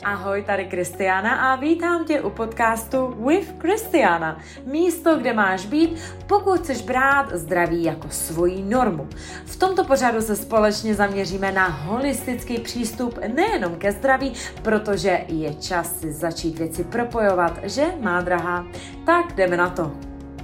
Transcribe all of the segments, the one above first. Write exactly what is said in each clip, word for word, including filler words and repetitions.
Ahoj, tady Kristiána a vítám tě u podcastu With Kristiána. Místo, kde máš být, pokud chceš brát zdraví jako svoji normu. V tomto pořadu se společně zaměříme na holistický přístup nejenom ke zdraví, protože je čas si začít věci propojovat, že má drahá. Tak jdeme na to.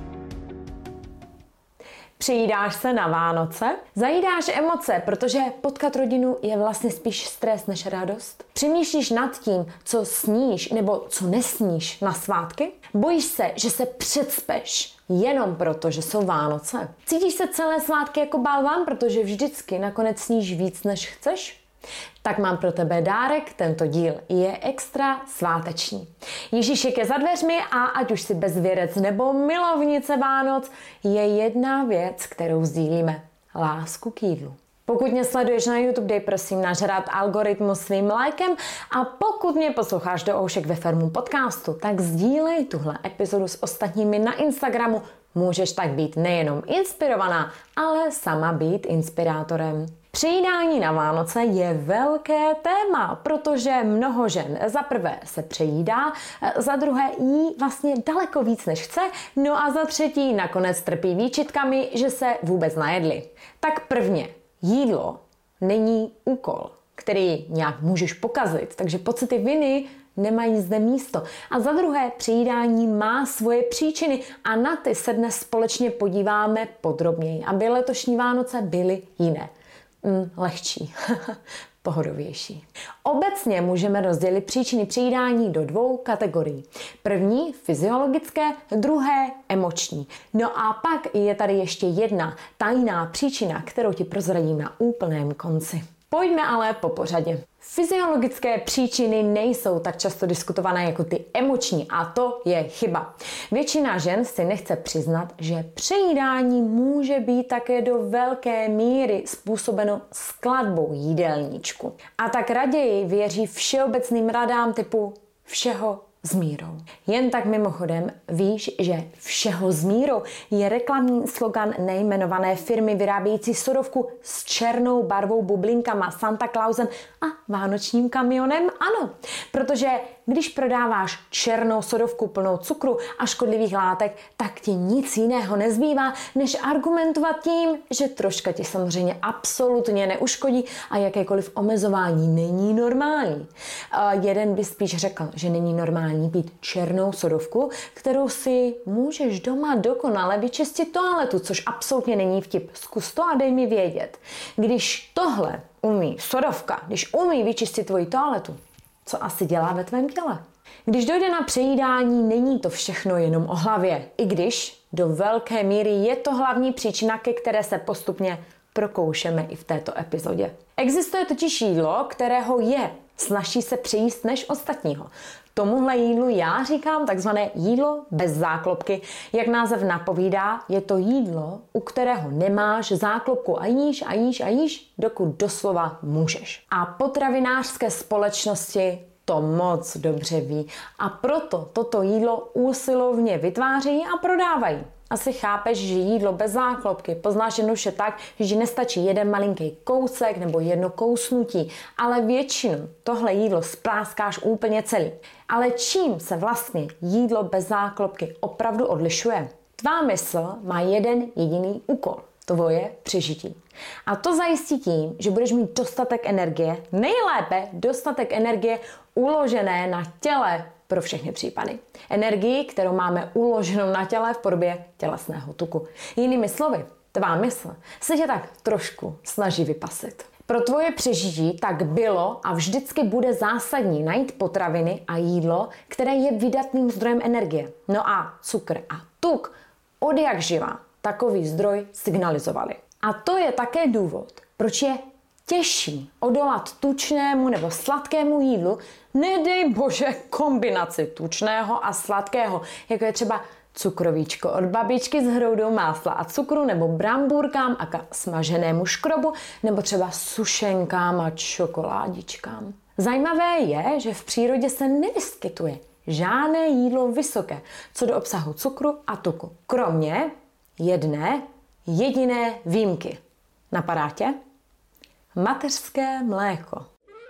Přijídáš se na Vánoce? Zajídáš emoce, protože potkat rodinu je vlastně spíš stres než radost? Přemýšlíš nad tím, co sníš nebo co nesníš na svátky? Bojíš se, že se předspeš jenom proto, že jsou Vánoce? Cítíš se celé svátky jako balván, protože vždycky nakonec sníš víc, než chceš? Tak mám pro tebe dárek, tento díl je extra sváteční. Ježíšek je za dveřmi a ať už si bezvěrec nebo milovnice Vánoc, je jedna věc, kterou sdílíme. Lásku k jídlu. Pokud mě sleduješ na YouTube, dej prosím nažrat algoritmus svým lajkem a pokud mě posloucháš do oušek ve Fermu podcastu, tak sdílej tuhle epizodu s ostatními na Instagramu. Můžeš tak být nejenom inspirovaná, ale sama být inspirátorem. Přejídání na Vánoce je velké téma, protože mnoho žen za prvé se přejídá, za druhé jí vlastně daleko víc než chce, no a za třetí nakonec trpí výčitkami, že se vůbec najedli. Tak prvně, jídlo není úkol, který nějak můžeš pokazit, takže pocity viny nemají zde místo. A za druhé, přejídání má svoje příčiny a na ty se dnes společně podíváme podrobněji, aby letošní Vánoce byly jiné. Mm, lehčí, pohodovější. Obecně můžeme rozdělit příčiny přejídání do dvou kategorií. První fyziologické, druhé emoční. No a pak je tady ještě jedna tajná příčina, kterou ti prozradím na úplném konci. Pojďme ale po pořadě. Fyziologické příčiny nejsou tak často diskutované jako ty emoční a to je chyba. Většina žen si nechce přiznat, že přejídání může být také do velké míry způsobeno skladbou jídelníčku. A tak raději věří všeobecným radám typu všeho s mírou. Jen tak mimochodem, víš, že všeho s mírou je reklamní slogan nejmenované firmy vyrábějící sodovku s černou barvou, bublinkama, Santa Clausem a vánočním kamionem? Ano, protože když prodáváš černou sodovku plnou cukru a škodlivých látek, tak ti nic jiného nezbývá, než argumentovat tím, že troška ti samozřejmě absolutně neuškodí a jakékoliv omezování není normální. Uh, jeden by spíš řekl, že není normální pít černou sodovku, kterou si můžeš doma dokonale vyčistit toaletu, což absolutně není vtip. Zkus to a dej mi vědět. Když tohle umí sodovka, když umí vyčistit tvoji toaletu, co asi dělá ve tvém těle? Když dojde na přejídání, není to všechno jenom o hlavě, i když do velké míry je to hlavní příčina, ke které se postupně prokoušeme i v této epizodě. Existuje totiž jídlo, kterého je snazší se přejíst než ostatního. Tomuhle jídlu já říkám takzvané jídlo bez záklopky. Jak název napovídá, je to jídlo, u kterého nemáš záklopku a jíš a jíš a jíš, dokud doslova můžeš. A potravinářské společnosti to moc dobře ví a proto toto jídlo úsilovně vytváří a prodávají. Asi chápeš, že jídlo bez záklopky poznáš jednoduše tak, že nestačí jeden malinký kousek nebo jedno kousnutí, ale většinu tohle jídlo spráskáš úplně celý. Ale čím se vlastně jídlo bez záklopky opravdu odlišuje? Tvá mysl má jeden jediný úkol. Tvoje přežití. A to zajistí tím, že budeš mít dostatek energie, nejlépe dostatek energie uložené na těle pro všechny případy. Energii, kterou máme uloženou na těle v podobě tělesného tuku. Jinými slovy, tvá mysl se tě tak trošku snaží vypasit. Pro tvoje přežití tak bylo a vždycky bude zásadní najít potraviny a jídlo, které je vydatným zdrojem energie. No a cukr a tuk od jak živa takový zdroj signalizovali. A to je také důvod, proč je těžší odolat tučnému nebo sladkému jídlu, nedej bože kombinaci tučného a sladkého, jako je třeba cukrovíčko od babičky s hroudou másla a cukru, nebo brambůrkám a smaženému škrobu, nebo třeba sušenkám a čokoládičkám. Zajímavé je, že v přírodě se nevyskytuje žádné jídlo vysoké co do obsahu cukru a tuku, kromě jedné jediné výjimky. Napadá tě? Mateřské mléko.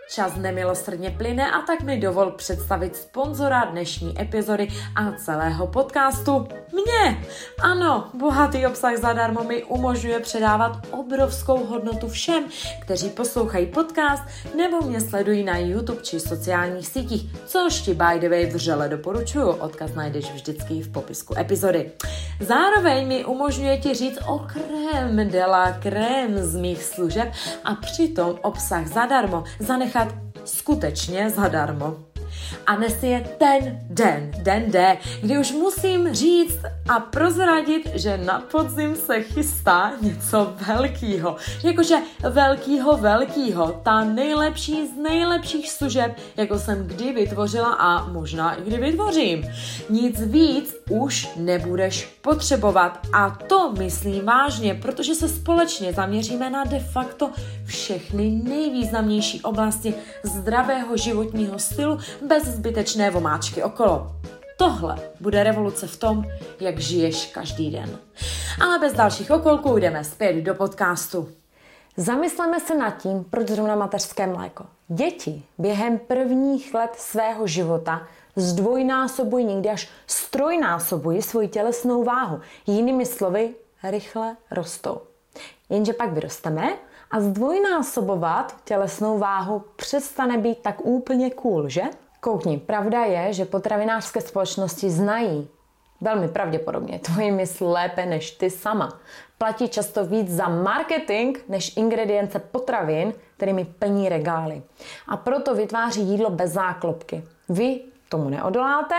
Čas nemilosrdně plyne a tak mi dovol představit sponzora dnešní epizody a celého podcastu. Mě! Ano, bohatý obsah zadarmo mi umožňuje předávat obrovskou hodnotu všem, kteří poslouchají podcast nebo mě sledují na YouTube či sociálních sítích, což ti by the way vřele doporučuju. Odkaz najdeš vždycky v popisku epizody. Zároveň mi umožňuje ti říct o crème de la crème z mých služeb a přitom obsah zadarmo zanechat skutečně zadarmo. A dnes je ten den, den D, kdy už musím říct a prozradit, že na podzim se chystá něco velkýho. Jakože velkýho, velkýho. Ta nejlepší z nejlepších služeb, jako jsem kdy vytvořila a možná i kdy vytvořím. Nic víc už nebudeš potřebovat. A to myslím vážně, protože se společně zaměříme na de facto všechny nejvýznamnější oblasti zdravého životního stylu bez zbytečné vomáčky okolo. Tohle bude revoluce v tom, jak žiješ každý den. Ale bez dalších okolků jdeme zpět do podcastu. Zamysleme se nad tím, proč zrovna mateřské mléko. Děti během prvních let svého života zdvojnásobují, někdy až strojnásobují svoji tělesnou váhu. Jinými slovy, rychle rostou. Jenže pak vyrosteme a zdvojnásobovat tělesnou váhu přestane být tak úplně cool, že? Koukni, pravda je, že potravinářské společnosti znají velmi pravděpodobně tvoji mysl lépe než ty sama. Platí často víc za marketing než ingredience potravin, kterými plní regály. A proto vytváří jídlo bez záklopky. Vy tomu neodoláte,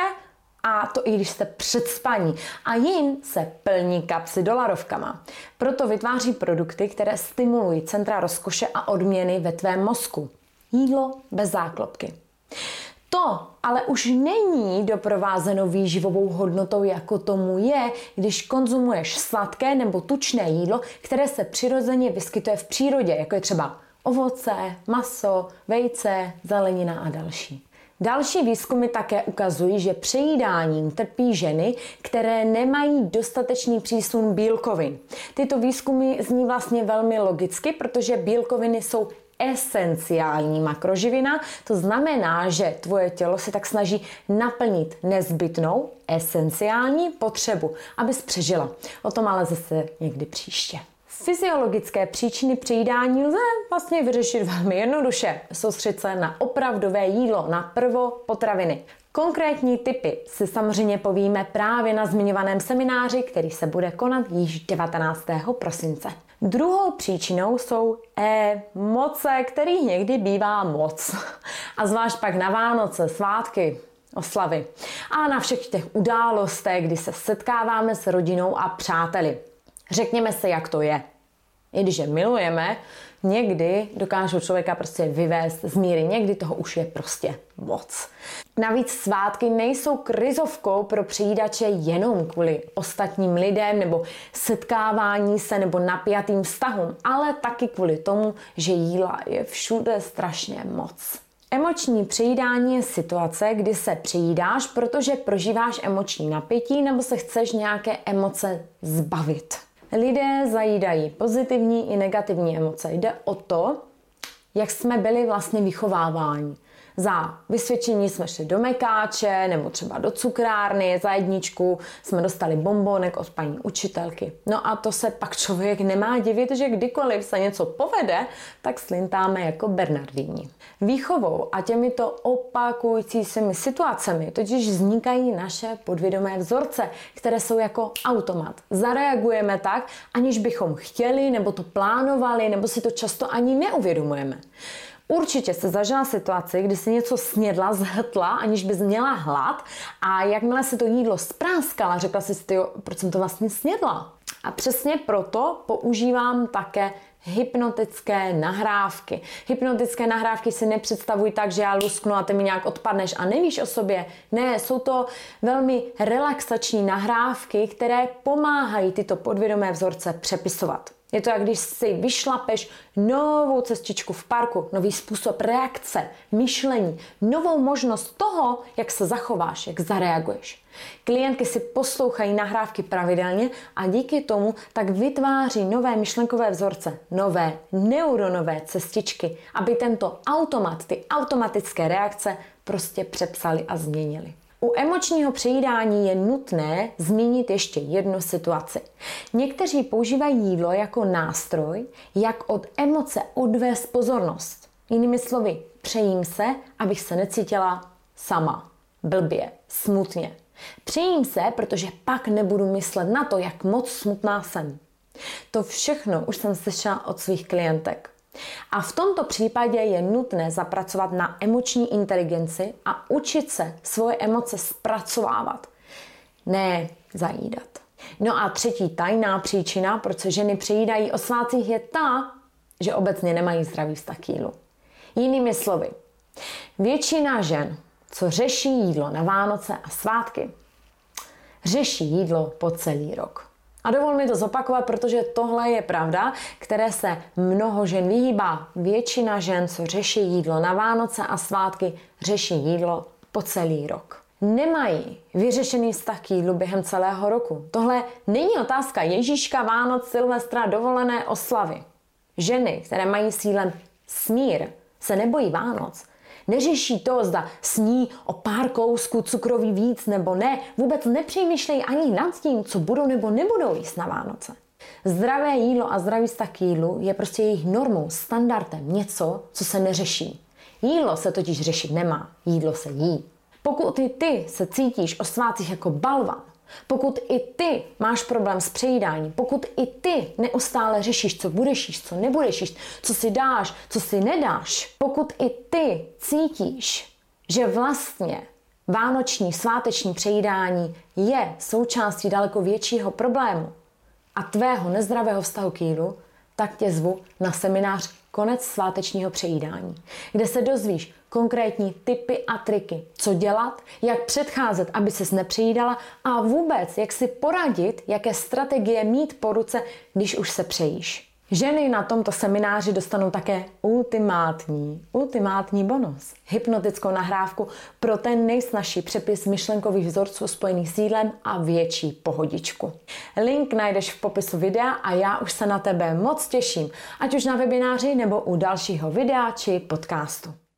a to i když jste před spaní. A jin se plní kapsy dolarovkama. Proto vytváří produkty, které stimulují centra rozkoše a odměny ve tvém mozku. Jídlo bez záklopky. To ale už není doprovázeno výživovou hodnotou, jako tomu je, když konzumuješ sladké nebo tučné jídlo, které se přirozeně vyskytuje v přírodě, jako je třeba ovoce, maso, vejce, zelenina a další. Další výzkumy také ukazují, že přejídáním trpí ženy, které nemají dostatečný přísun bílkovin. Tyto výzkumy zní vlastně velmi logicky, protože bílkoviny jsou esenciální makroživina, to znamená, že tvoje tělo se tak snaží naplnit nezbytnou esenciální potřebu, abys přežila. O tom ale zase někdy příště. Fyziologické příčiny přejídání lze vlastně vyřešit velmi jednoduše. Soustřeď se na opravdové jídlo, na prvopotraviny. Konkrétní tipy si samozřejmě povíme právě na zmiňovaném semináři, který se bude konat již devatenáctého prosince. Druhou příčinou jsou emoce, kterých někdy bývá moc. A zvlášť pak na Vánoce, svátky, oslavy a na všech těch událostech, kdy se setkáváme s rodinou a přáteli. Řekněme se, jak to je. I když je milujeme, někdy dokážou člověka prostě vyvést z míry, někdy toho už je prostě moc. Navíc svátky nejsou krizovkou pro přejídače jenom kvůli ostatním lidem nebo setkávání se nebo napjatým vztahům, ale taky kvůli tomu, že jídla je všude strašně moc. Emoční přejídání je situace, kdy se přejídáš, protože prožíváš emoční napětí nebo se chceš nějaké emoce zbavit. Lidé zajídají pozitivní i negativní emoce. Jde o to, jak jsme byli vlastně vychováváni. Za vysvědčení jsme šli do mekáče nebo třeba do cukrárny, za jedničku jsme dostali bombonek od paní učitelky. No a to se pak člověk nemá divit, že kdykoliv se něco povede, tak slintáme jako Bernardíni. Výchovou a těmito opakující se mi situacemi totiž vznikají naše podvědomé vzorce, které jsou jako automat. Zareagujeme tak, aniž bychom chtěli nebo to plánovali, nebo si to často ani neuvědomujeme. Určitě se zažila situaci, kdy si něco snědla, zhltla, aniž bys měla hlad a jakmile si to jídlo spráskala, řekla si, tyjo, proč jsem to vlastně snědla? A přesně proto používám také hypnotické nahrávky. Hypnotické nahrávky si nepředstavuj tak, že já lusknu a ty mi nějak odpadneš a nevíš o sobě. Ne, jsou to velmi relaxační nahrávky, které pomáhají tyto podvědomé vzorce přepisovat. Je to, jak když si vyšlapeš novou cestičku v parku, nový způsob reakce, myšlení, novou možnost toho, jak se zachováš, jak zareaguješ. Klientky si poslouchají nahrávky pravidelně a díky tomu tak vytváří nové myšlenkové vzorce, nové neuronové cestičky, aby tento automat, ty automatické reakce prostě přepsali a změnili. U emočního přejídání je nutné zmínit ještě jednu situaci. Někteří používají jídlo jako nástroj, jak od emoce odvést pozornost. Jinými slovy, přejím se, abych se necítila sama, blbě, smutně. Přejím se, protože pak nebudu myslet na to, jak moc smutná jsem. To všechno už jsem slyšela od svých klientek. A v tomto případě je nutné zapracovat na emoční inteligenci a učit se svoje emoce zpracovávat, ne zajídat. No a třetí tajná příčina, proč se ženy přejídají o svátcích, je ta, že obecně nemají zdravý vztah k jídlu. Jinými slovy, většina žen, co řeší jídlo na Vánoce a svátky, řeší jídlo po celý rok. A dovol mi to zopakovat, protože tohle je pravda, které se mnoho žen vyhýbá. Většina žen, co řeší jídlo na Vánoce a svátky, řeší jídlo po celý rok. Nemají vyřešený vztah k jídlu během celého roku. Tohle není otázka Ježíška, Vánoc, Silvestra, dovolené oslavy. Ženy, které mají s jídlem smír, se nebojí Vánoc. Neřeší to, zda sní o pár kousků cukroví víc nebo ne. Vůbec nepřemýšlejí ani nad tím, co budou nebo nebudou jíst na Vánoce. Zdravé jídlo a zdravý vztah k jídlu je prostě jejich normou, standardem, něco, co se neřeší. Jídlo se totiž řešit nemá, jídlo se jí. Pokud i ty se cítíš o svátcích jako balvan, pokud i ty máš problém s přejídáním, pokud i ty neustále řešíš, co budeš jíst, co nebudeš jíst, co si dáš, co si nedáš, pokud i ty cítíš, že vlastně vánoční, sváteční přejídání je součástí daleko většího problému a tvého nezdravého vztahu k jídlu, tak tě zvu na seminář Konec svátečního přejídání, kde se dozvíš konkrétní tipy a triky, co dělat, jak předcházet, aby ses nepřejídala a vůbec, jak si poradit, jaké strategie mít po ruce, když už se přejíš. Ženy na tomto semináři dostanou také ultimátní, ultimátní bonus. Hypnotickou nahrávku pro ten nejsnažší přepis myšlenkových vzorců spojených s jídlem a větší pohodičku. Link najdeš v popisu videa a já už se na tebe moc těším, ať už na webináři nebo u dalšího videa či podcastu.